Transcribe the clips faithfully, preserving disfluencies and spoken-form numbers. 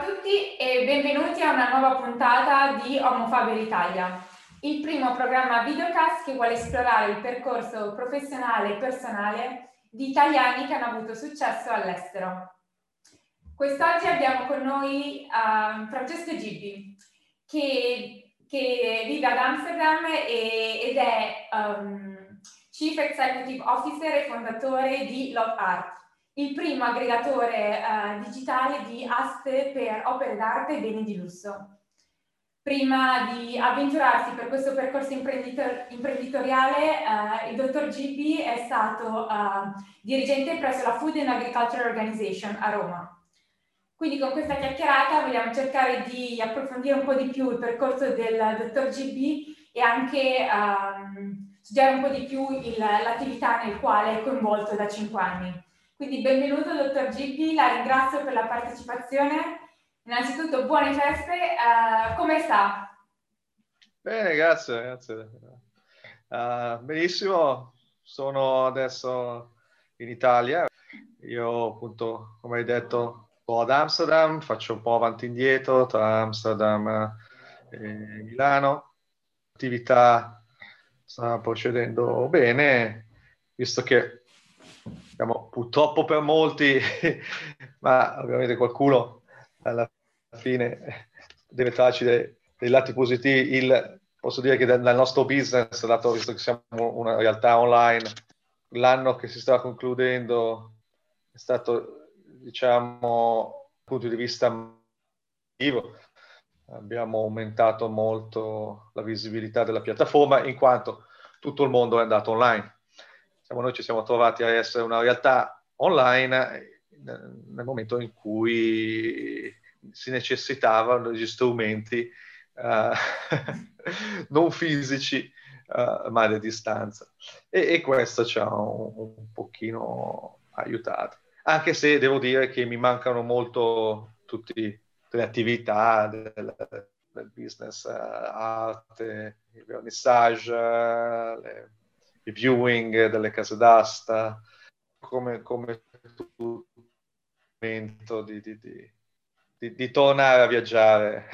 a tutti e benvenuti a una nuova puntata di Homo Faber Italia, il primo programma videocast che vuole esplorare il percorso professionale e personale di italiani che hanno avuto successo all'estero. Quest'oggi abbiamo con noi uh, Francesco Gibbi, che, che vive ad Amsterdam e, ed è um, Chief Executive Officer e fondatore di Love Art, il primo aggregatore uh, digitale di aste per opere d'arte e beni di lusso. Prima di avventurarsi per questo percorso imprenditor imprenditoriale, uh, il dottor Gibbi è stato uh, dirigente presso la Food and Agriculture Organization a Roma. Quindi con questa chiacchierata vogliamo cercare di approfondire un po' di più il percorso del dottor Gibbi e anche um, studiare un po' di più l'attività nel quale è coinvolto da cinque anni. Quindi benvenuto dottor Gibbi, la ringrazio per la partecipazione. Innanzitutto buone feste, uh, come sta? Bene, grazie, grazie. Uh, benissimo, sono adesso in Italia. Io appunto, come hai detto, sto ad Amsterdam, faccio un po' avanti e indietro tra Amsterdam e Milano. L'attività sta procedendo bene, visto che diciamo, purtroppo per molti, ma ovviamente qualcuno alla fine deve trarci dei, dei lati positivi. Il, posso dire che dal, dal nostro business, dato visto che siamo una realtà online, l'anno che si sta concludendo è stato, diciamo, dal punto di vista attivo, abbiamo aumentato molto la visibilità della piattaforma in quanto tutto il mondo è andato online. Siamo, noi ci siamo trovati a essere una realtà online nel momento in cui si necessitavano gli strumenti uh, non fisici, uh, ma a distanza. E, e questo ci ha un, un pochino aiutato. Anche se devo dire che mi mancano molto tutte le attività del, del business, uh, arte, il vernissage, uh, le, i viewing delle case d'asta, come, come tutto momento di, di, di, di, di tornare a viaggiare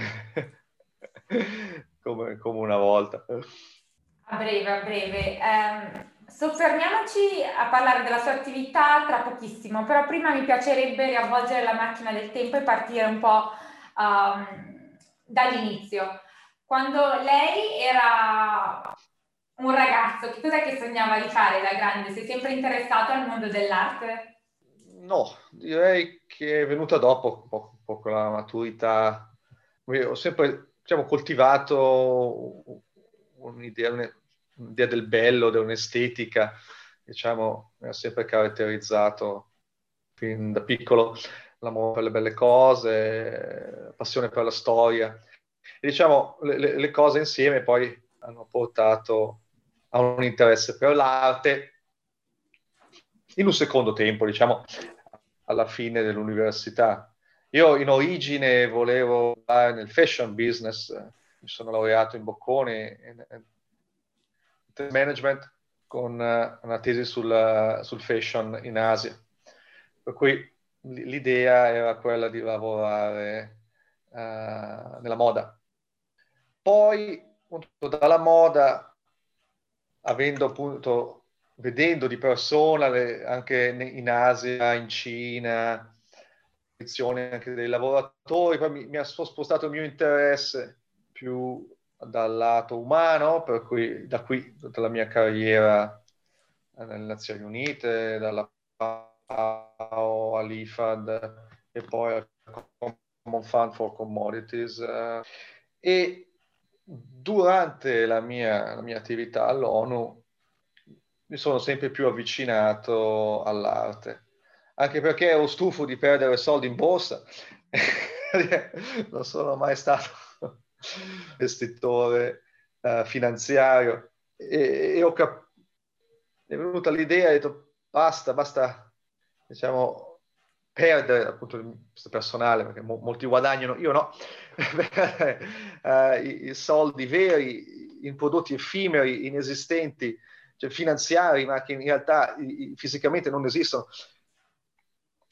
come, come una volta. A breve, a breve. Um, soffermiamoci a parlare della sua attività tra pochissimo, però prima mi piacerebbe riavvolgere la macchina del tempo e partire un po' um, dall'inizio. Quando lei era un ragazzo, che cos'è che sognava di fare da grande? Si è sempre interessato al mondo dell'arte? No, direi che è venuta dopo un po', un po' con la maturità. Ho sempre, diciamo, coltivato un'idea, un'idea del bello, dell'estetica, diciamo, mi ha sempre caratterizzato fin da piccolo l'amore per le belle cose, passione per la storia. E diciamo, le, le, le cose insieme poi hanno portato a un interesse per l'arte in un secondo tempo, diciamo, alla fine dell'università. Io in origine volevo fare nel fashion business, mi sono laureato in Bocconi in, in management con una tesi sul, sul fashion in Asia. Per cui l'idea era quella di lavorare uh, nella moda. Poi, appunto, dalla moda, avendo appunto vedendo di persona le, anche in Asia, in Cina, anche dei lavoratori, poi mi, mi ha spostato il mio interesse più dal lato umano, per cui da qui tutta la mia carriera nelle Nazioni Unite, dalla FAO all'I F A D e poi al Common Fund for Commodities. Eh, e durante la mia, la mia attività all'ONU mi sono sempre più avvicinato all'arte, anche perché ero stufo di perdere soldi in borsa. Non sono mai stato investitore uh, finanziario e, e ho cap- è venuta l'idea, ho detto basta, basta, diciamo, perdere appunto questo personale, perché mo- molti guadagnano, io no, uh, i, i soldi veri in prodotti effimeri, inesistenti, cioè finanziari, ma che in realtà i, i, fisicamente non esistono.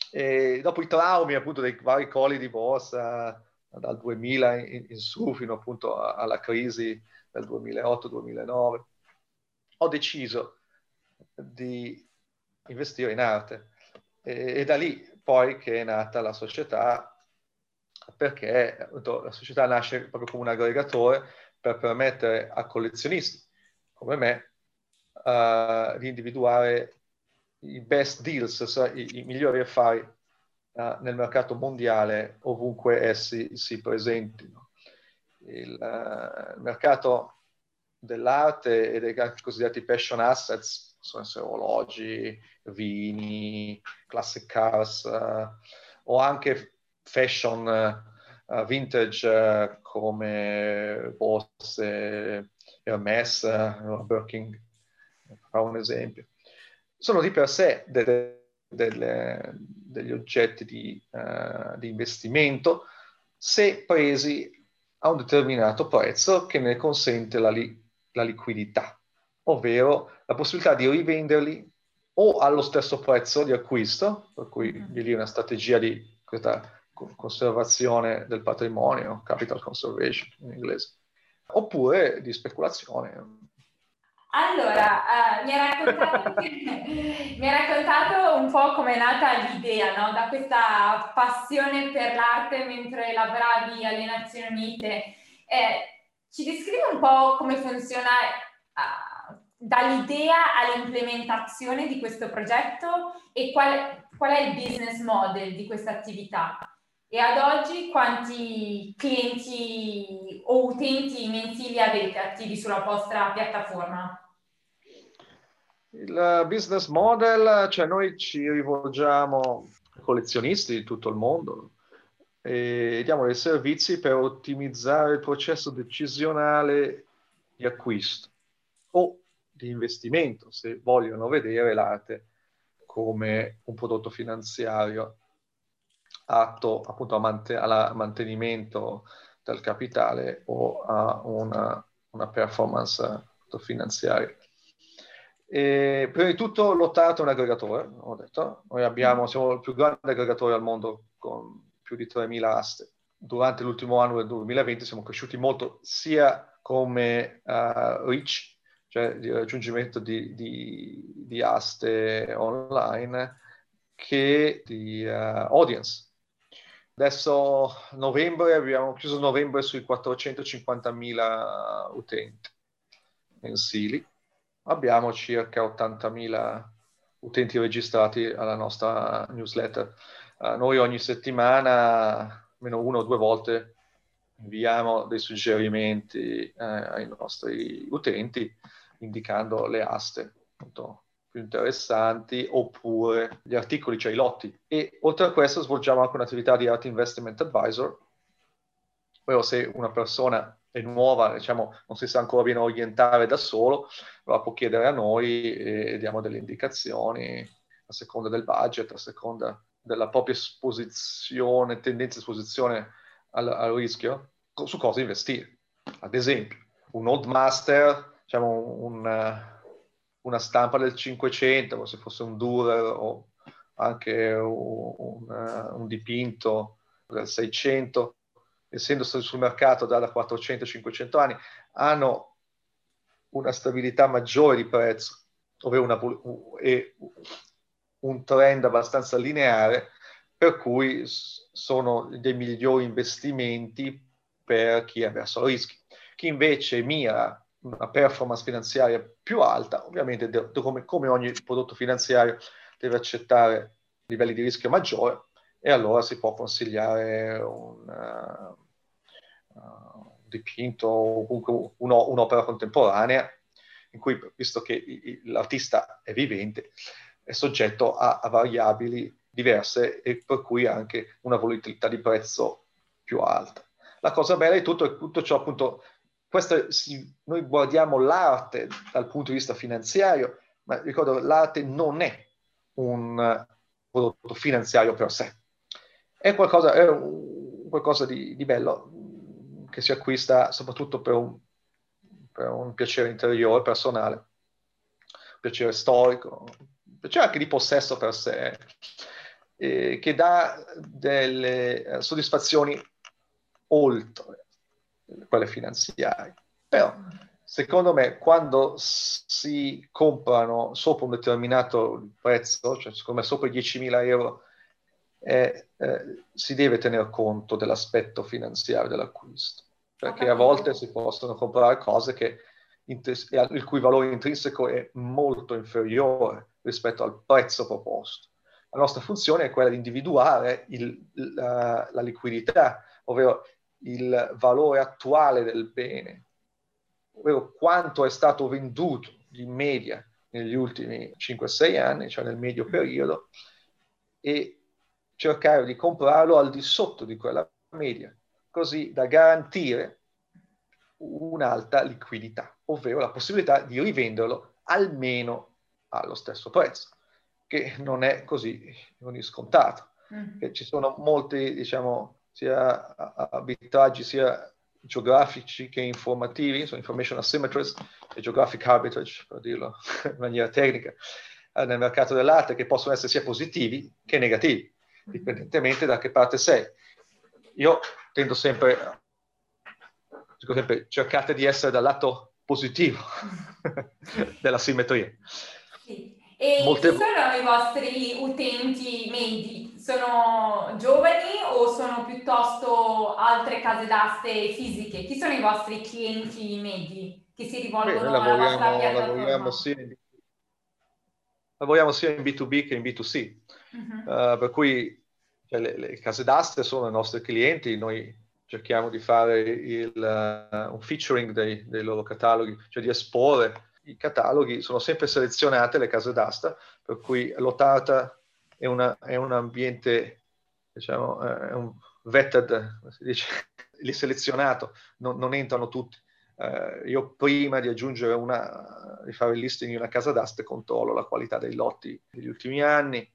E dopo i traumi appunto dei vari colli di borsa dal duemila in, in su fino appunto alla crisi del duemilaotto duemilanove, ho deciso di investire in arte e, e da lì poi che è nata la società, perché appunto, la società nasce proprio come un aggregatore per permettere a collezionisti come me uh, di individuare i best deals, cioè i, i migliori affari uh, nel mercato mondiale ovunque essi si presentino. Il, uh, il mercato dell'arte e dei cosiddetti passion assets, sono orologi, vini, classic cars uh, o anche fashion uh, vintage uh, come borse Hermès, uh, Birkin, fa un esempio. Sono di per sé delle, delle, degli oggetti di, uh, di investimento se presi a un determinato prezzo che ne consente la, li, la liquidità, ovvero la possibilità di rivenderli o allo stesso prezzo di acquisto, per cui vi lì una strategia di questa conservazione del patrimonio, capital conservation in inglese, oppure di speculazione. Allora, uh, mi ha raccontato, mi ha raccontato un po' come è nata l'idea, no? Da questa passione per l'arte mentre lavoravi alle Nazioni Unite. Eh, ci descrivi un po' come funziona uh, dall'idea all'implementazione di questo progetto e qual, qual è il business model di questa attività? E ad oggi quanti clienti o utenti mensili avete attivi sulla vostra piattaforma? Il business model, cioè noi ci rivolgiamo a collezionisti di tutto il mondo e diamo dei servizi per ottimizzare il processo decisionale di acquisto o di investimento, se vogliono vedere l'arte come un prodotto finanziario atto appunto a mant- al mantenimento del capitale o a una, una performance finanziaria. E prima di tutto l'Ottart è un aggregatore, ho detto. Noi abbiamo, siamo il più grande aggregatore al mondo con più di tremila aste. Durante l'ultimo anno del duemilaventi siamo cresciuti molto sia come uh, reach, cioè di raggiungimento di, di, di aste online, che di uh, audience. Adesso novembre, abbiamo chiuso novembre sui quattrocentocinquantamila utenti mensili. Abbiamo circa ottantamila utenti registrati alla nostra newsletter. Uh, noi ogni settimana, almeno una o due volte, inviamo dei suggerimenti eh, ai nostri utenti, indicando le aste appunto, più interessanti, oppure gli articoli, cioè i lotti. E oltre a questo svolgiamo anche un'attività di Art Investment Advisor, ovvero se una persona è nuova, diciamo, non si sa ancora bene orientare da solo, allora può chiedere a noi e diamo delle indicazioni a seconda del budget, a seconda della propria esposizione, tendenza di esposizione al, al rischio, su cosa investire. Ad esempio, un Old Master, diciamo una, una stampa del Cinquecento, se fosse un Dürer o anche un, un, un dipinto del Seicento, essendo sul mercato già da quattrocento cinquecento anni, hanno una stabilità maggiore di prezzo, ovvero una, e un trend abbastanza lineare, per cui sono dei migliori investimenti per chi è verso il rischio. Chi invece mira una performance finanziaria più alta, ovviamente come, come ogni prodotto finanziario deve accettare livelli di rischio maggiore, e allora si può consigliare un, uh, uh, un dipinto o comunque uno, un'opera contemporanea in cui, visto che l'artista è vivente, è soggetto a, a variabili diverse e per cui anche una volatilità di prezzo più alta. La cosa bella di tutto è tutto ciò appunto, questo, si, noi guardiamo l'arte dal punto di vista finanziario, ma ricordo l'arte non è un prodotto finanziario per sé. È qualcosa, è un, qualcosa di, di bello che si acquista soprattutto per un, per un piacere interiore, personale, un piacere storico, un piacere anche di possesso per sé. eh, che dà delle eh, soddisfazioni oltre quelle finanziarie. Però, secondo me, quando si comprano sopra un determinato prezzo, cioè secondo me sopra i diecimila euro, eh, eh, si deve tener conto dell'aspetto finanziario dell'acquisto, perché a volte si possono comprare cose che, il cui valore intrinseco è molto inferiore rispetto al prezzo proposto. La nostra funzione è quella di individuare il, la, la liquidità, ovvero il valore attuale del bene, ovvero quanto è stato venduto in media negli ultimi cinque sei anni, cioè nel medio periodo, e cercare di comprarlo al di sotto di quella media, così da garantire un'alta liquidità, ovvero la possibilità di rivenderlo almeno allo stesso prezzo, che non è così non scontato. Mm. Che ci sono molti, diciamo, sia arbitraggi sia geografici che informativi, sono information asymmetries e geographic arbitrage, per dirlo in maniera tecnica, nel mercato dell'arte, che possono essere sia positivi che negativi, dipendentemente da che parte sei. Io tendo sempre, dico sempre, cercate di essere dal lato positivo della simmetria. Sì. E Molte... chi sono i vostri utenti medi? Sono giovani o sono piuttosto altre case d'aste fisiche? Chi sono i vostri clienti medi che si rivolgono Beh, lavoriamo, alla vostra piattaforma? Lavoriamo sia, in, lavoriamo sia in B due B che in B due C, uh-huh. uh, per cui cioè, le, le case d'aste sono i nostri clienti, noi cerchiamo di fare il, uh, un featuring dei, dei loro cataloghi, cioè di esporre i cataloghi. Sono sempre selezionate le case d'asta, per cui l'Otata è, una, è un ambiente, diciamo, è un vetted, si dice, lì selezionato, non, non entrano tutti. Uh, io prima di aggiungere una, di fare il listing di una casa d'aste, controllo la qualità dei lotti degli ultimi anni,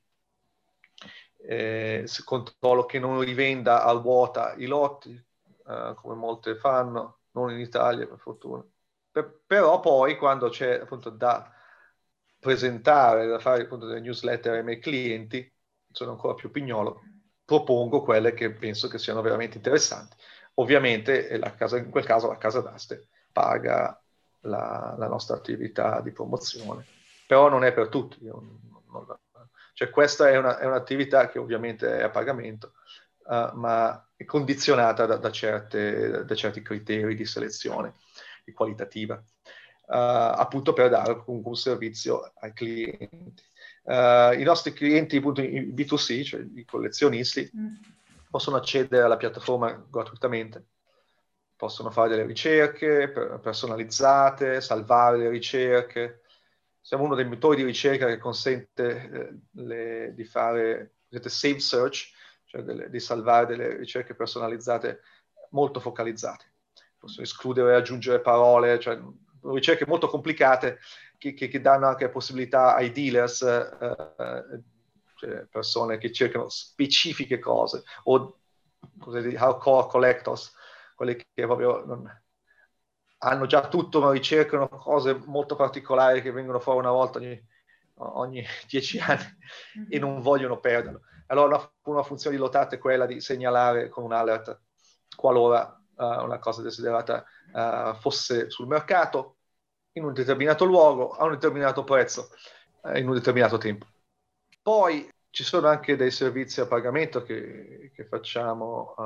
eh, controllo che non rivenda a vuota i lotti, uh, come molte fanno, non in Italia per fortuna. Per, però poi quando c'è appunto da presentare, da fare appunto delle newsletter ai miei clienti, sono ancora più pignolo, propongo quelle che penso che siano veramente interessanti. Ovviamente la casa, in quel caso la casa d'aste paga la, la nostra attività di promozione, però non è per tutti. Non, non, cioè questa è, una, è un'attività che ovviamente è a pagamento, uh, ma è condizionata da, da, certe, da certi criteri di selezione di qualitativa, uh, appunto per dare comunque un servizio ai clienti. Uh, I nostri clienti appunto in B due C, cioè i collezionisti, mm. possono accedere alla piattaforma gratuitamente, possono fare delle ricerche personalizzate, salvare le ricerche. Siamo uno dei motori di ricerca che consente eh, le, di fare save search, cioè delle, di salvare delle ricerche personalizzate molto focalizzate. Possono escludere e aggiungere parole, cioè ricerche molto complicate che, che, che danno anche possibilità ai dealers, eh, cioè persone che cercano specifiche cose, o così, hardcore collectors, quelli che proprio non, hanno già tutto ma ricercano cose molto particolari che vengono fuori una volta ogni, ogni dieci anni mm-hmm. e non vogliono perderlo. Allora una, una funzione di Lotat è quella di segnalare con un alert qualora uh, una cosa desiderata uh, fosse sul mercato, in un determinato luogo, a un determinato prezzo, uh, in un determinato tempo. Poi ci sono anche dei servizi a pagamento che, che facciamo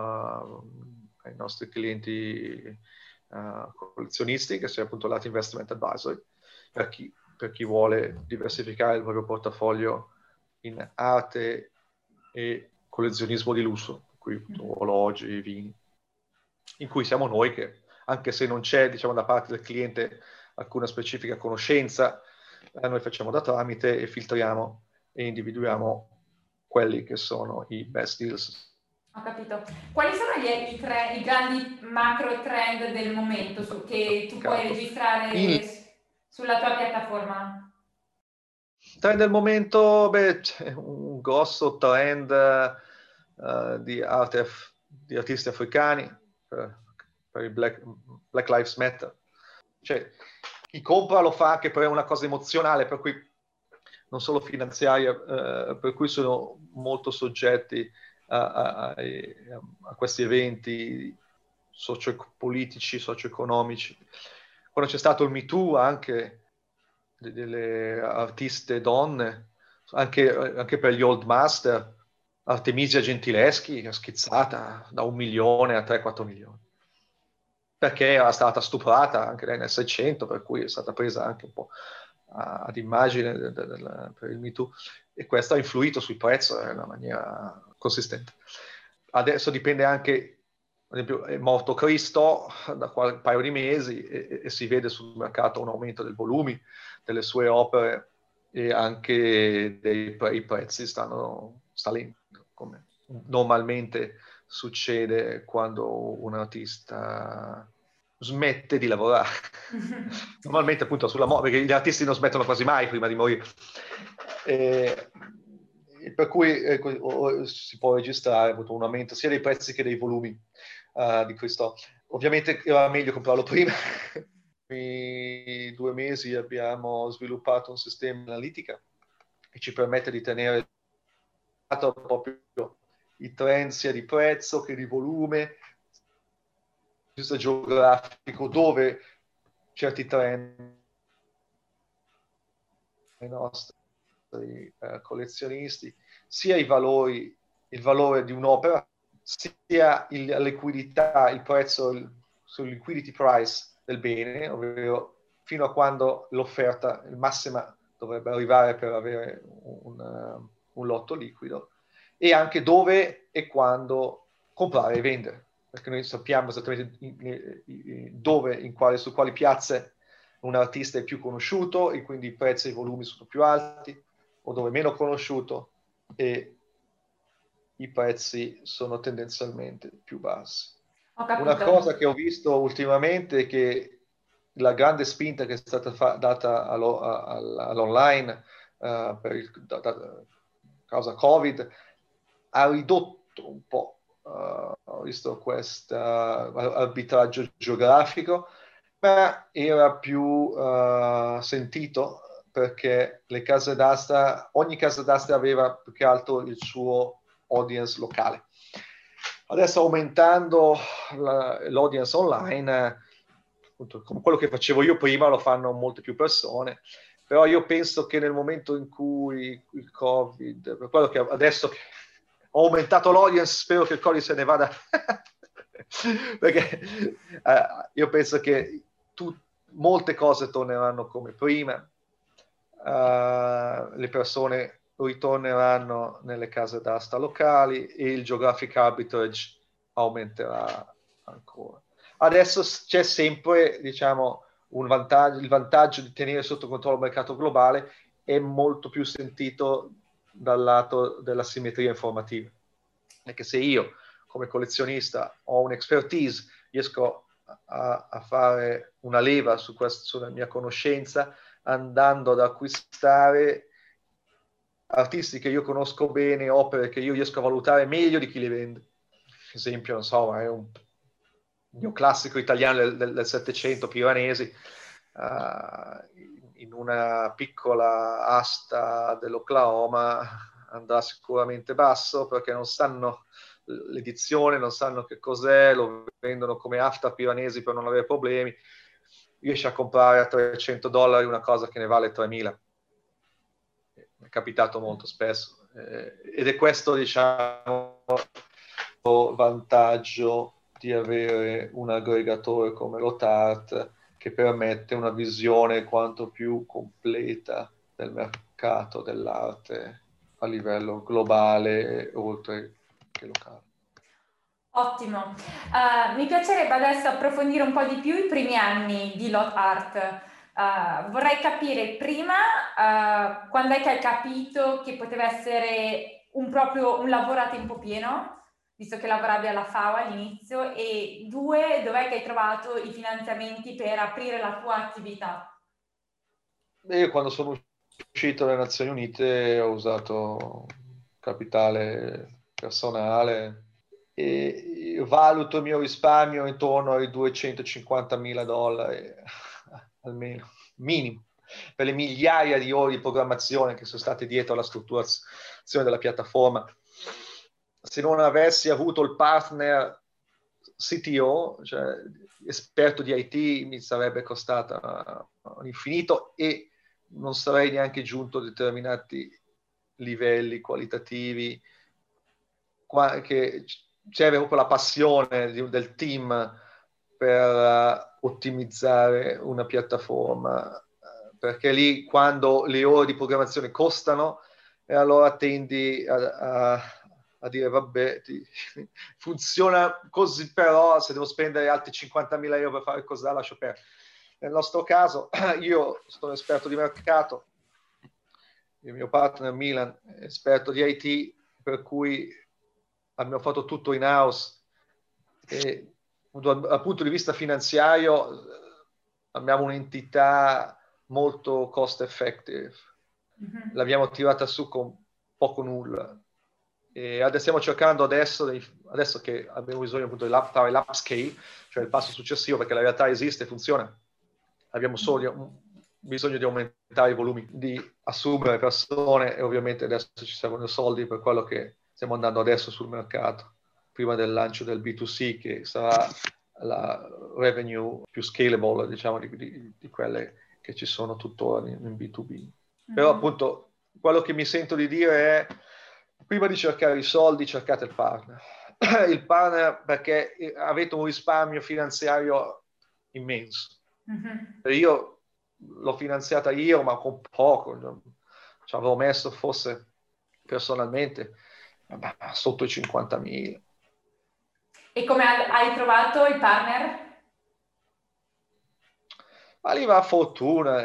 uh, ai nostri clienti uh, collezionisti, che sia appunto l'Art Investment Advisory, per chi, per chi vuole diversificare il proprio portafoglio in arte e collezionismo di lusso, qui orologi, vini, in cui siamo noi che, anche se non c'è, diciamo, da parte del cliente alcuna specifica conoscenza, eh, noi facciamo da tramite e filtriamo e individuiamo quelli che sono i best deals. Ho capito. Quali sono gli, i, tre, i grandi macro trend del momento su, che tu puoi registrare In... sulla tua piattaforma? Trend del momento, beh, c'è un grosso trend uh, di, arte, di artisti africani per, per il Black, Black Lives Matter. Cioè, chi compra lo fa anche per una cosa emozionale, per cui non solo finanziaria, eh, per cui sono molto soggetti a, a, a questi eventi sociopolitici, socio-economici. Quando c'è stato il Me Too, anche delle artiste donne, anche, anche per gli Old Master, Artemisia Gentileschi è schizzata da un milione a tre quattro milioni, perché era stata stuprata anche lei nel Seicento, per cui è stata presa anche un po' ad immagine de, de, de, per il Me Too, e questo ha influito sul prezzo in una maniera consistente. Adesso dipende anche, ad esempio è morto Cristo da un paio di mesi e, e si vede sul mercato un aumento dei volumi delle sue opere e anche dei, i prezzi stanno salendo, come normalmente succede quando un artista smette di lavorare. Normalmente appunto sulla morte, perché gli artisti non smettono quasi mai prima di morire. E, e per cui eh, si può registrare appunto un aumento sia dei prezzi che dei volumi uh, di questo. Ovviamente era meglio comprarlo prima. In due mesi abbiamo sviluppato un sistema di analitica che ci permette di tenere proprio i trend sia di prezzo che di volume geografico, dove certi trend i nostri eh, collezionisti, sia i valori, il valore di un'opera, sia il, la liquidità, il prezzo, il, sul liquidity price del bene, ovvero fino a quando l'offerta, il massima dovrebbe arrivare per avere un, un, un lotto liquido, e anche dove e quando comprare e vendere, perché noi sappiamo esattamente in, in, dove, in quale, su quali piazze un artista è più conosciuto e quindi i prezzi e i volumi sono più alti, o dove è meno conosciuto e i prezzi sono tendenzialmente più bassi. Una cosa che ho visto ultimamente è che la grande spinta che è stata fa- data allo, all, all'online uh, per il, da, da, causa Covid ha ridotto un po', uh, ho visto questo uh, arbitraggio geografico, ma era più uh, sentito perché le case d'asta, ogni casa d'asta aveva più che altro il suo audience locale. Adesso aumentando la, l'audience online, appunto, come quello che facevo io prima, lo fanno molte più persone, però io penso che nel momento in cui il Covid, per quello che adesso che ho aumentato l'audience, spero che il Covid se ne vada, perché eh, io penso che tu, molte cose torneranno come prima, uh, le persone ritorneranno nelle case d'asta locali e il geographic arbitrage aumenterà ancora. Adesso c'è sempre, diciamo, un vantaggio, il vantaggio di tenere sotto controllo il mercato globale è molto più sentito dal lato della simmetria informativa. Perché se io, come collezionista, ho un'expertise, riesco a, a fare una leva su questa, sulla mia conoscenza, andando ad acquistare artisti che io conosco bene, opere che io riesco a valutare meglio di chi le vende. Per esempio, non so, è un neoclassico italiano del, del, del Settecento, Piranesi, uh, in una piccola asta dell'Oklahoma andrà sicuramente basso perché non sanno l'edizione, non sanno che cos'è, lo vendono come after Piranesi per non avere problemi. Riesce a comprare a trecento dollari una cosa che ne vale tremila. È capitato molto spesso, eh, ed è questo, diciamo, il vantaggio di avere un aggregatore come Lotart che permette una visione quanto più completa del mercato dell'arte a livello globale oltre che locale. Ottimo, uh, mi piacerebbe adesso approfondire un po' di più i primi anni di Lotart. Uh, vorrei capire prima uh, quando è che hai capito che poteva essere un proprio un lavoro a tempo pieno, visto che lavoravi alla F A O all'inizio, e due, dov'è che hai trovato i finanziamenti per aprire la tua attività? Io quando sono uscito dalle Nazioni Unite ho usato capitale personale e valuto il mio risparmio intorno ai duecentocinquantamila dollari almeno, minimo. per le migliaia di ore di programmazione che sono state dietro alla strutturazione della piattaforma. Se non avessi avuto il partner C T O, cioè esperto di I T, mi sarebbe costata un infinito e non sarei neanche giunto a determinati livelli qualitativi, qua, che c'è proprio la passione di, del team per uh, ottimizzare una piattaforma, uh, perché lì quando le ore di programmazione costano, e allora tendi a, a, a dire vabbè, ti, funziona così, però se devo spendere altri cinquantamila euro per fare cos'ha, lascio perdere. Nel nostro caso, io sono esperto di mercato, il mio partner Milan è esperto di I T, per cui abbiamo fatto tutto in house e dal punto di vista finanziario abbiamo un'entità molto cost effective, mm-hmm. L'abbiamo tirata su con poco nulla e adesso stiamo cercando adesso, adesso che abbiamo bisogno appunto di fare l'upscale, cioè il passo successivo, perché la realtà esiste e funziona, abbiamo solo bisogno di aumentare i volumi, di assumere persone e ovviamente adesso ci servono soldi per quello che stiamo andando adesso sul mercato, prima del lancio del B due C, che sarà la revenue più scalable, diciamo, di, di, di quelle che ci sono tuttora in, in B due B. Mm-hmm. Però appunto quello che mi sento di dire è, prima di cercare i soldi, cercate il partner. Il partner perché avete un risparmio finanziario immenso. Mm-hmm. Io l'ho finanziata io, ma con poco. Ci avevo messo forse personalmente sotto i cinquantamila. E come hai trovato il partner? Ma lì va a fortuna.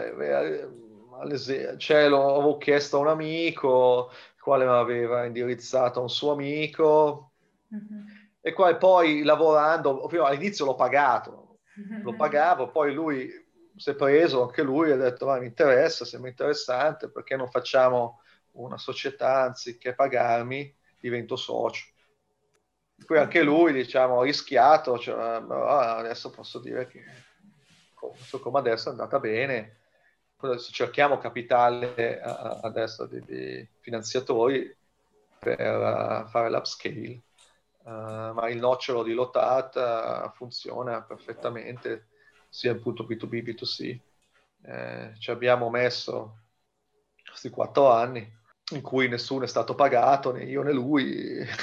Cioè, lo avevo chiesto a un amico, il quale mi aveva indirizzato a un suo amico, mm-hmm. E qua, poi lavorando, all'inizio l'ho pagato, mm-hmm. Lo pagavo, poi lui si è preso, anche lui ha detto ah, mi interessa, sembra interessante, perché non facciamo una società, anziché pagarmi, divento socio. Poi anche lui, diciamo, ha rischiato, cioè, adesso posso dire che come adesso è andata bene, adesso cerchiamo capitale adesso di, di finanziatori per uh, fare l'upscale, uh, ma il nocciolo di Lotat uh, funziona perfettamente sia in punto B due B, B due C. Eh, ci abbiamo messo questi quattro anni in cui nessuno è stato pagato, né io né lui, uh,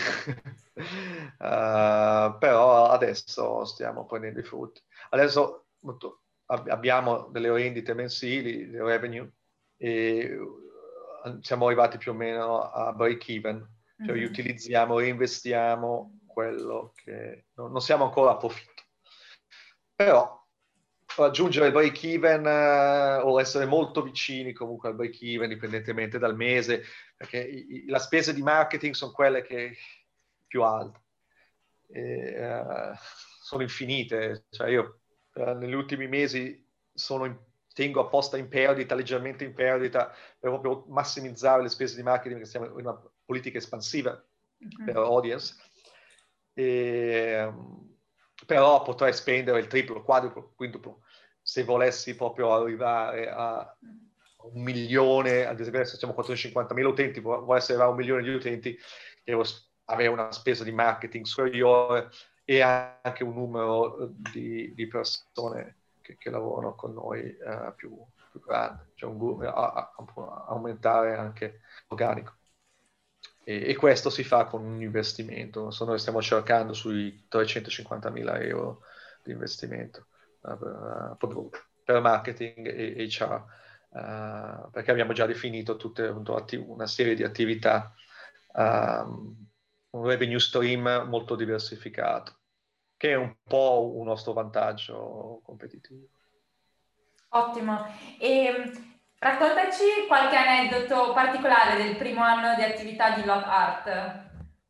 però adesso stiamo prendendo i frutti. Adesso molto, abbiamo delle rendite mensili, dei revenue, e siamo arrivati più o meno a break even, cioè mm-hmm. utilizziamo, reinvestiamo quello che non, non siamo ancora a profitto, però raggiungere il break even uh, o essere molto vicini comunque al break even, indipendentemente dal mese, perché i, i, le spese di marketing sono quelle che più alte, e, uh, sono infinite, cioè io uh, negli ultimi mesi sono in, tengo apposta in perdita, leggermente in perdita, per proprio massimizzare le spese di marketing, perché siamo in una politica espansiva mm-hmm. per audience, e, um, però potrei spendere il triplo, il quadruplo, quintuplo, se volessi proprio arrivare a un milione, ad esempio se siamo quattrocentocinquantamila utenti, volessi arrivare a un milione di utenti, devo avere una spesa di marketing superiore e anche un numero di, di persone che, che lavorano con noi uh, più, più grande, cioè un, a, a, a aumentare anche l'organico. E, e questo si fa con un investimento. Noi stiamo cercando sui trecentocinquantamila euro di investimento uh, per, uh, per marketing e H R, uh, perché abbiamo già definito tutte appunto, una serie di attività, um, un revenue stream molto diversificato, che è un po' un nostro vantaggio competitivo. Ottimo. E raccontaci qualche aneddoto particolare del primo anno di attività di Lot Art.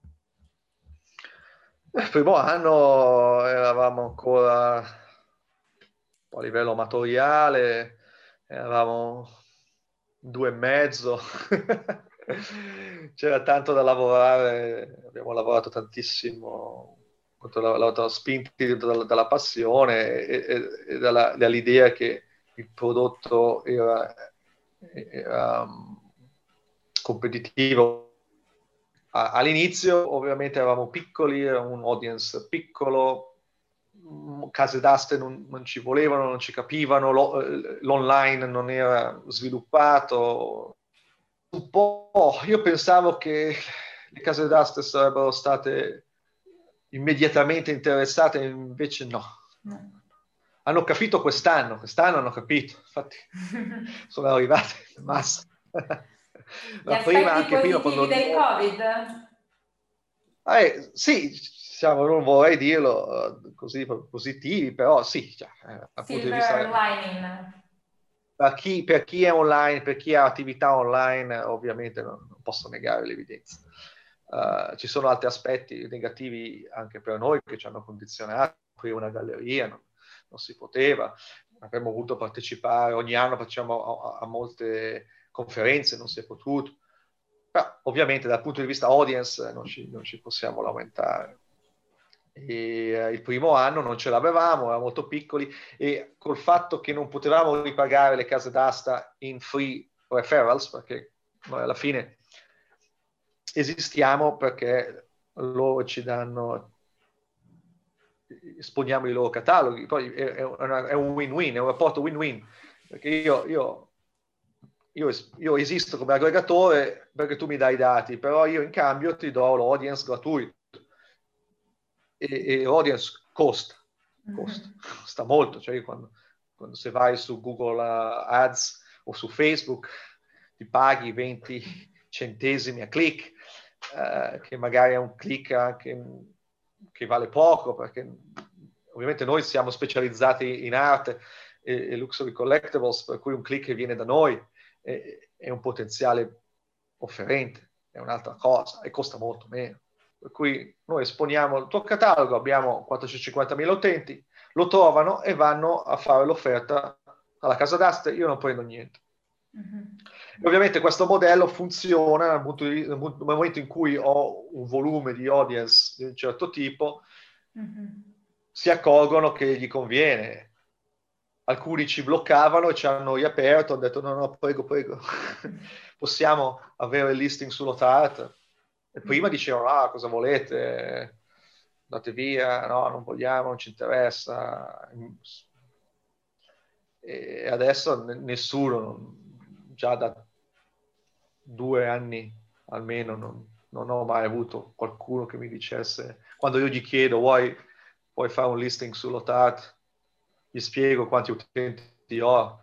Il primo anno eravamo ancora a livello amatoriale, eravamo due e mezzo, c'era tanto da lavorare, abbiamo lavorato tantissimo, lavorato spinti dalla, dalla passione e, e, e dalla, dall'idea che il prodotto era, era um, competitivo. All'inizio ovviamente eravamo piccoli, era un audience piccolo, case d'aste non, non ci volevano, non ci capivano, lo, l'online non era sviluppato. Un po' io pensavo che le case d'aste sarebbero state immediatamente interessate, invece no. no. Hanno capito quest'anno, quest'anno hanno capito, infatti sono arrivate in massa. Gli aspetti anche positivi prima, del lo... Covid? Eh, sì, diciamo, non vorrei dirlo uh, così positivi, però sì. Cioè, eh, dal punto di vista, lining. Per chi, per chi è online, per chi ha attività online, ovviamente non, non posso negare l'evidenza. Uh, ci sono altri aspetti negativi anche per noi che ci hanno condizionato. Qui una galleria non, non si poteva, avremmo voluto partecipare, ogni anno facciamo a, a molte conferenze, non si è potuto. Però ovviamente dal punto di vista audience non ci, non ci possiamo lamentare. E, eh, il primo anno non ce l'avevamo, eravamo molto piccoli, e col fatto che non potevamo ripagare le case d'asta in free referrals, perché noi alla fine esistiamo perché loro ci danno, esponiamo i loro cataloghi, poi è, è, una, è un win-win, è un rapporto win-win, perché io, io Io, io esisto come aggregatore perché tu mi dai i dati, però io in cambio ti do l'audience gratuito. E, e l'audience costa, costa, mm-hmm. costa molto. Cioè io quando, quando se vai su Google Ads o su Facebook ti paghi venti centesimi a click, eh, che magari è un click anche che vale poco, perché ovviamente noi siamo specializzati in arte e, e luxury collectibles, per cui un click viene da noi è un potenziale offerente, è un'altra cosa e costa molto meno. Per cui noi esponiamo il tuo catalogo, abbiamo quattrocentocinquantamila utenti, lo trovano e vanno a fare l'offerta alla casa d'aste, io non prendo niente. Mm-hmm. Ovviamente questo modello funziona nel, punto di, nel momento in cui ho un volume di audience di un certo tipo, mm-hmm. si accorgono che gli conviene. Alcuni ci bloccavano e ci hanno riaperto, hanno detto no, no, prego, prego, possiamo avere il listing su Lotart. E prima dicevano, ah, cosa volete? Andate via, no, non vogliamo, non ci interessa. E adesso nessuno, già da due anni almeno, non, non ho mai avuto qualcuno che mi dicesse, quando io gli chiedo, vuoi, vuoi fare un listing su Lotart? Gli spiego quanti utenti ho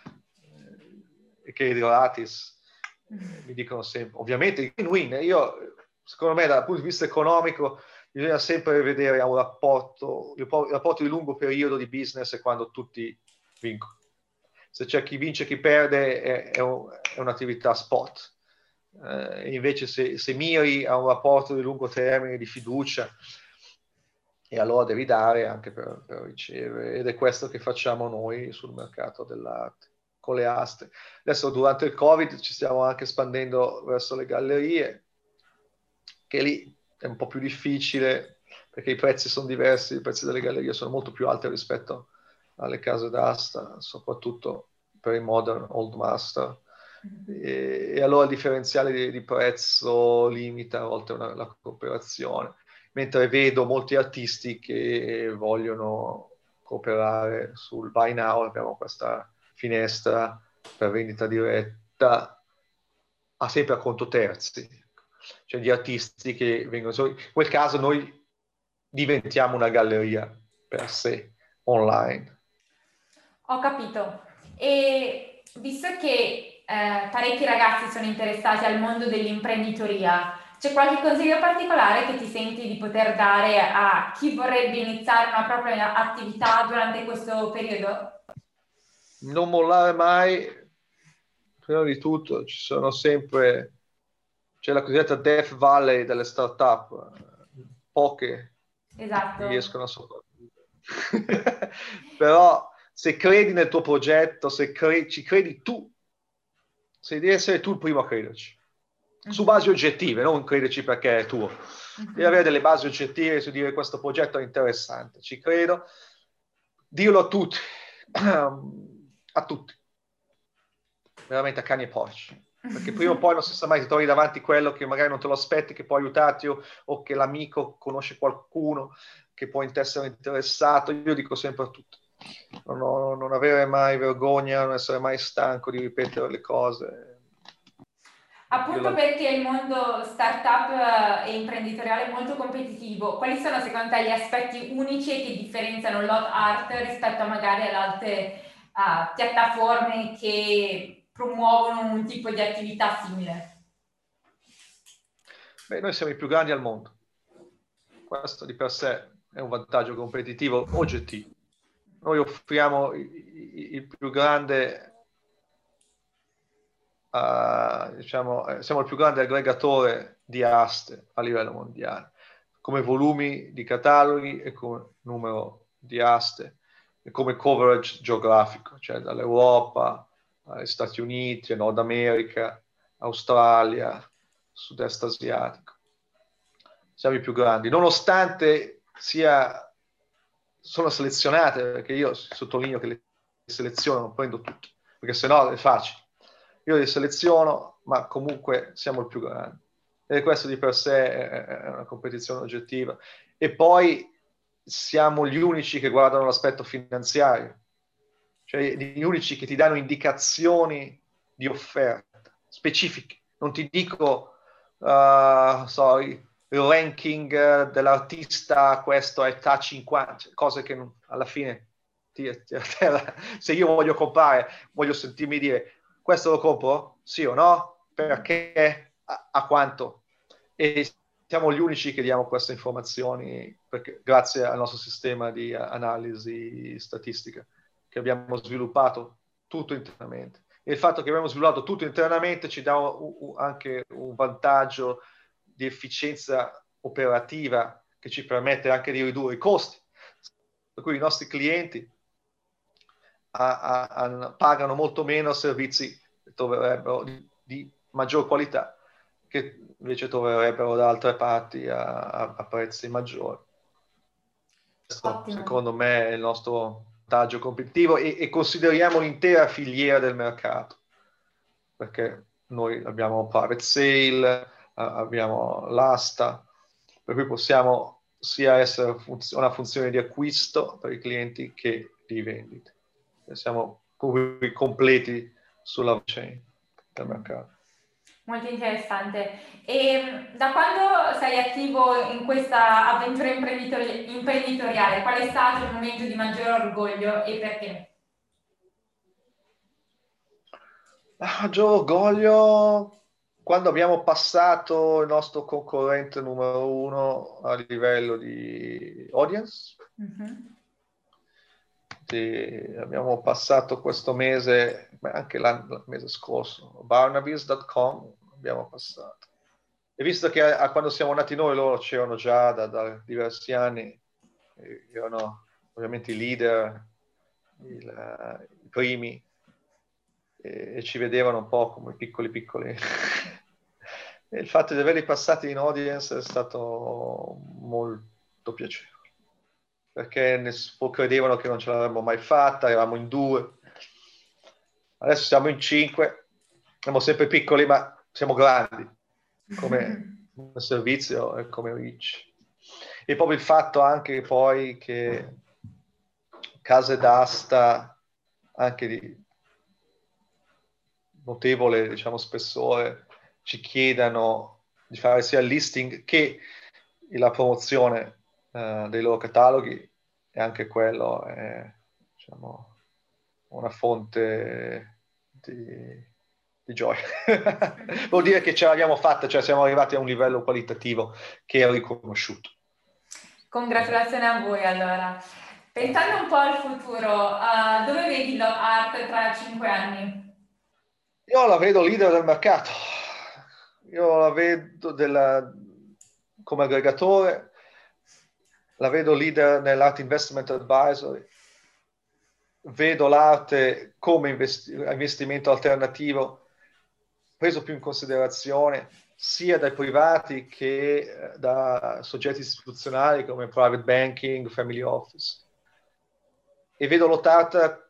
e che è gratis, mi dicono sempre, ovviamente win-win. Io, secondo me, dal punto di vista economico bisogna sempre vedere un rapporto, il rapporto di lungo periodo di business è quando tutti vincono. Se c'è chi vince e chi perde è, è, un, è un'attività spot. Eh, invece se, se miri a un rapporto di lungo termine di fiducia, e allora devi dare anche per, per ricevere, ed è questo che facciamo noi sul mercato dell'arte con le aste. Adesso durante il Covid ci stiamo anche espandendo verso le gallerie, che lì è un po' più difficile perché i prezzi sono diversi, i prezzi delle gallerie sono molto più alti rispetto alle case d'asta, soprattutto per i modern old master. E, e allora il differenziale di, di prezzo limita a volte una, la cooperazione. Mentre vedo molti artisti che vogliono cooperare sul buy now, abbiamo questa finestra per vendita diretta, a sempre a conto terzi, cioè di artisti che vengono, in quel caso noi diventiamo una galleria per sé, online. Ho capito. E visto che eh, parecchi ragazzi sono interessati al mondo dell'imprenditoria, c'è qualche consiglio particolare che ti senti di poter dare a chi vorrebbe iniziare una propria attività durante questo periodo? Non mollare mai, prima di tutto ci sono sempre, c'è la cosiddetta Death Valley delle start-up, poche esatto. riescono a sopravvivere. Però se credi nel tuo progetto, se cre- ci credi tu, se devi essere tu il primo a crederci. Su basi oggettive, non crederci perché è tuo. Uh-huh. Devi avere delle basi oggettive su dire questo progetto è interessante, ci credo. Dirlo a tutti. a tutti, veramente a cani e porci. Perché prima o poi non si sa mai, ti trovi davanti quello che magari non te lo aspetti, che può aiutarti, o, o che l'amico conosce qualcuno che può essere interessato. Io dico sempre a tutti, non, ho, non avere mai vergogna, non essere mai stanco di ripetere le cose. Appunto la... perché il mondo startup e imprenditoriale è molto competitivo, quali sono secondo te gli aspetti unici che differenziano l'hot art rispetto a magari ad altre uh, piattaforme che promuovono un tipo di attività simile? Beh, noi siamo i più grandi al mondo. Questo di per sé è un vantaggio competitivo oggettivo. Noi offriamo il più grande, uh, diciamo, siamo il più grande aggregatore di aste a livello mondiale, come volumi di cataloghi e come numero di aste e come coverage geografico, cioè dall'Europa agli Stati Uniti, Nord America, Australia, sud-est asiatico. Siamo i più grandi, nonostante sia, sono selezionate, perché io sottolineo che le seleziono, non prendo tutte, perché sennò è facile. Io li seleziono, ma comunque siamo il più grande. E questo di per sé è una competizione oggettiva. E poi siamo gli unici che guardano l'aspetto finanziario, cioè gli unici che ti danno indicazioni di offerta specifiche. Non ti dico, uh, so, il ranking dell'artista, questo è T A cinquanta, cose che non, alla fine, ti, ti, se io voglio comprare, voglio sentirmi dire, questo lo compro? Sì o no? Perché? A, a quanto? E siamo gli unici che diamo queste informazioni perché, grazie al nostro sistema di analisi statistica che abbiamo sviluppato tutto internamente. E il fatto che abbiamo sviluppato tutto internamente ci dà un, un, anche un vantaggio di efficienza operativa che ci permette anche di ridurre i costi. Per cui i nostri clienti a, a, a, pagano molto meno servizi che troverebbero di, di maggior qualità che invece troverebbero da altre parti a, a, a prezzi maggiori. Questo, Ottimo. secondo me, è il nostro vantaggio competitivo e, e consideriamo l'intera filiera del mercato, perché noi abbiamo private sale, abbiamo l'asta, per cui possiamo sia essere una funzione di acquisto per i clienti che di vendita. Siamo completi sulla chain del mercato. Molto interessante. E da quando sei attivo in questa avventura imprenditori- imprenditoriale, qual è stato il momento di maggior orgoglio e perché? Maggior orgoglio quando abbiamo passato il nostro concorrente numero uno a livello di audience. Mm-hmm. Sì, abbiamo passato questo mese, anche l'anno, il mese scorso, Barnabys punto com abbiamo passato. E visto che a, a quando siamo nati noi loro c'erano già da, da diversi anni, erano ovviamente i leader, il, i primi, e, e ci vedevano un po' come piccoli piccoli. E il fatto di averli passati in audience è stato molto piacevole, perché nessuno credevano che non ce l'avremmo mai fatta, eravamo in due, adesso siamo in cinque, siamo sempre piccoli ma siamo grandi come, come servizio e come reach. E proprio il fatto anche poi che case d'asta anche di notevole, diciamo, spessore ci chiedano di fare sia il listing che la promozione eh, dei loro cataloghi, e anche quello è, diciamo, una fonte di, di gioia. Vuol dire che ce l'abbiamo fatta, cioè siamo arrivati a un livello qualitativo che è riconosciuto. Congratulazioni a voi allora. Pensando un po' al futuro, uh, dove vedi l'hot art tra cinque anni? Io la vedo leader del mercato, io la vedo della, come aggregatore, la vedo leader nell'art investment advisory, vedo l'arte come investi- investimento alternativo preso più in considerazione sia dai privati che da soggetti istituzionali come private banking, family office. E vedo l'hot art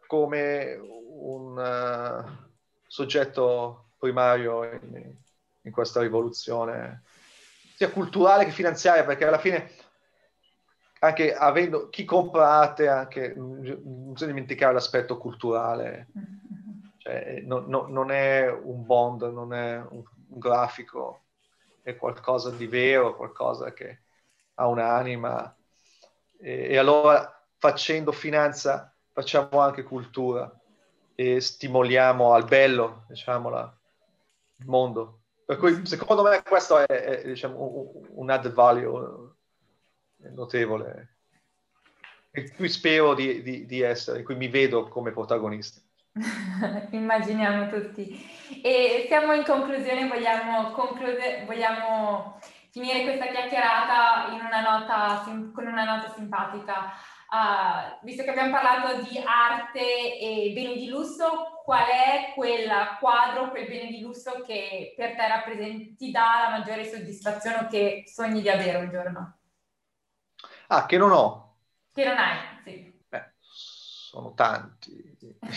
come un uh, soggetto primario in, in questa rivoluzione, sia culturale che finanziaria, perché alla fine, anche avendo chi compra arte, anche, non bisogna dimenticare l'aspetto culturale. Cioè, no, no, non è un bond, non è un, un grafico, è qualcosa di vero, qualcosa che ha un'anima. E, e allora, facendo finanza, facciamo anche cultura e stimoliamo al bello, diciamola, il mondo. Per cui, secondo me, questo è, è diciamo, un, un added value notevole, in cui spero di, di, di essere, in cui mi vedo come protagonista. Immaginiamo tutti. E siamo in conclusione, vogliamo, conclude, vogliamo finire questa chiacchierata in una nota, con una nota simpatica. Uh, visto che abbiamo parlato di arte e beni di lusso, qual è quel quadro, quel bene di lusso che per te rappresenti, ti dà la maggiore soddisfazione o che sogni di avere un giorno? Ah, che non ho? Che non hai, sì. Beh, sono tanti.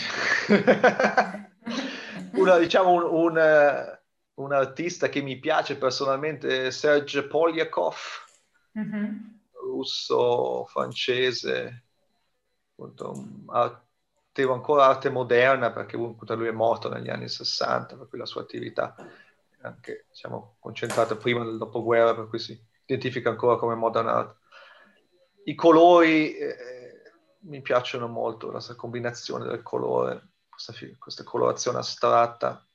Una, diciamo, un, un, un artista che mi piace personalmente è Serge Polyakov, mm-hmm. russo, francese, appunto, attivo ancora arte moderna, perché appunto, lui è morto negli anni sessanta, per cui la sua attività è anche, diciamo, concentrata prima del dopoguerra, per cui si identifica ancora come modern art. I colori eh, mi piacciono molto, la combinazione del colore, questa, questa colorazione astratta.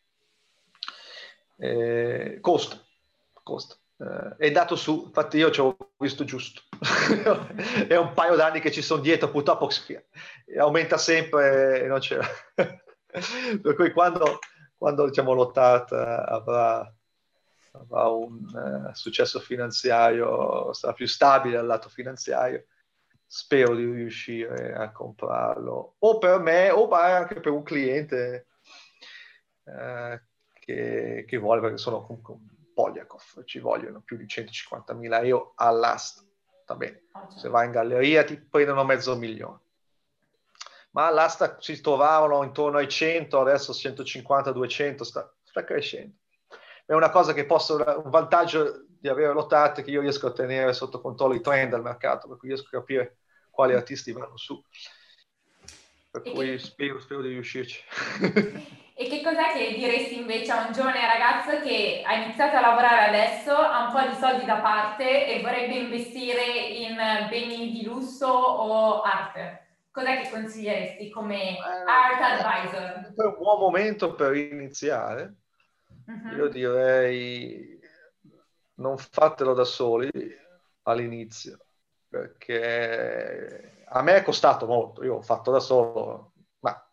Eh, costa, costa. Eh, è dato su, infatti io ci ho visto giusto. È un paio d'anni che ci sono dietro, purtroppo aumenta sempre e non c'era. Per cui quando, quando diciamo, l'Otart avrà avrà un uh, successo finanziario, sarà più stabile dal lato finanziario, spero di riuscire a comprarlo, o per me o anche per un cliente uh, che, che vuole, perché sono comunque un Polyakov, ci vogliono più di centocinquantamila euro all'asta, va bene, se vai in galleria ti prendono mezzo milione. Ma all'asta si trovavano intorno ai cento, adesso centocinquanta duecento, sta, sta crescendo. È una cosa che posso, un vantaggio di avere l'Otart è che io riesco a tenere sotto controllo i trend del mercato, per cui riesco a capire quali artisti vanno su. Per e cui che... spero, spero di riuscirci. E che cos'è che diresti invece a un giovane ragazzo che ha iniziato a lavorare adesso, ha un po' di soldi da parte e vorrebbe investire in beni di lusso o arte? Cos'è che consiglieresti come art advisor? È un buon momento per iniziare. Uh-huh. Io direi non fatelo da soli all'inizio, perché a me è costato molto. Io ho fatto da solo, ma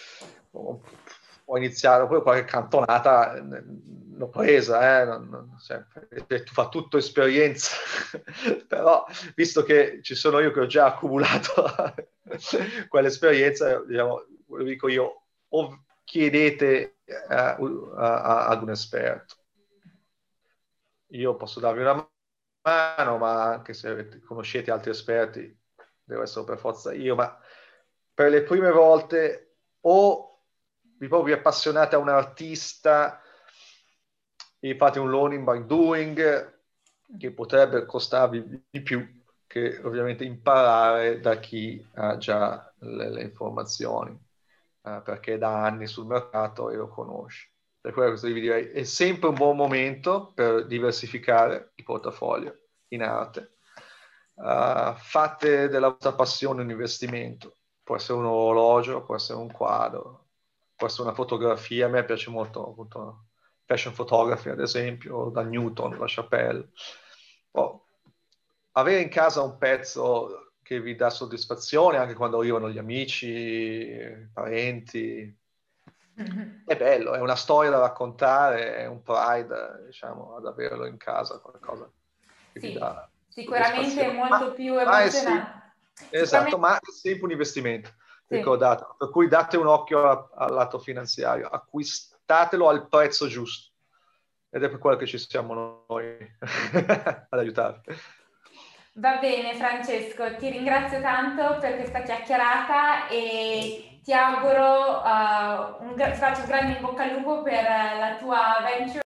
ho iniziato, poi qualche cantonata l'ho presa, eh, non, non, sempre, tu fa tutto esperienza, però visto che ci sono io che ho già accumulato quell'esperienza, diciamo, lo dico io, o chiedete uh, ad un esperto. Io posso darvi una mano, ma anche se conoscete altri esperti, devo essere per forza io, ma per le prime volte o vi proprio appassionate a un artista e fate un learning by doing che potrebbe costarvi di più che ovviamente imparare da chi ha già le, le informazioni, eh, perché è da anni sul mercato e lo conosce. Per questo vi direi è sempre un buon momento per diversificare il portafoglio in arte. Uh, fate della vostra passione un investimento, può essere un orologio, può essere un quadro, può essere una fotografia. A me piace molto appunto fashion photography, ad esempio, da Newton, da Chapelle. Oh, avere in casa un pezzo che vi dà soddisfazione anche quando arrivano gli amici, i parenti, mm-hmm. È bello, è una storia da raccontare, è un pride, diciamo, ad averlo in casa, qualcosa che sì, vi dà sicuramente è molto ma, più ma emozionante. Sì, esatto, ma è sempre un investimento, sì. Ricordate, per cui date un occhio al, al lato finanziario, acquistatelo al prezzo giusto, ed è per quello che ci siamo noi ad aiutarvi. Va bene Francesco, ti ringrazio tanto per questa chiacchierata e ti auguro, uh, un, ti faccio un grande in bocca al lupo per la tua venture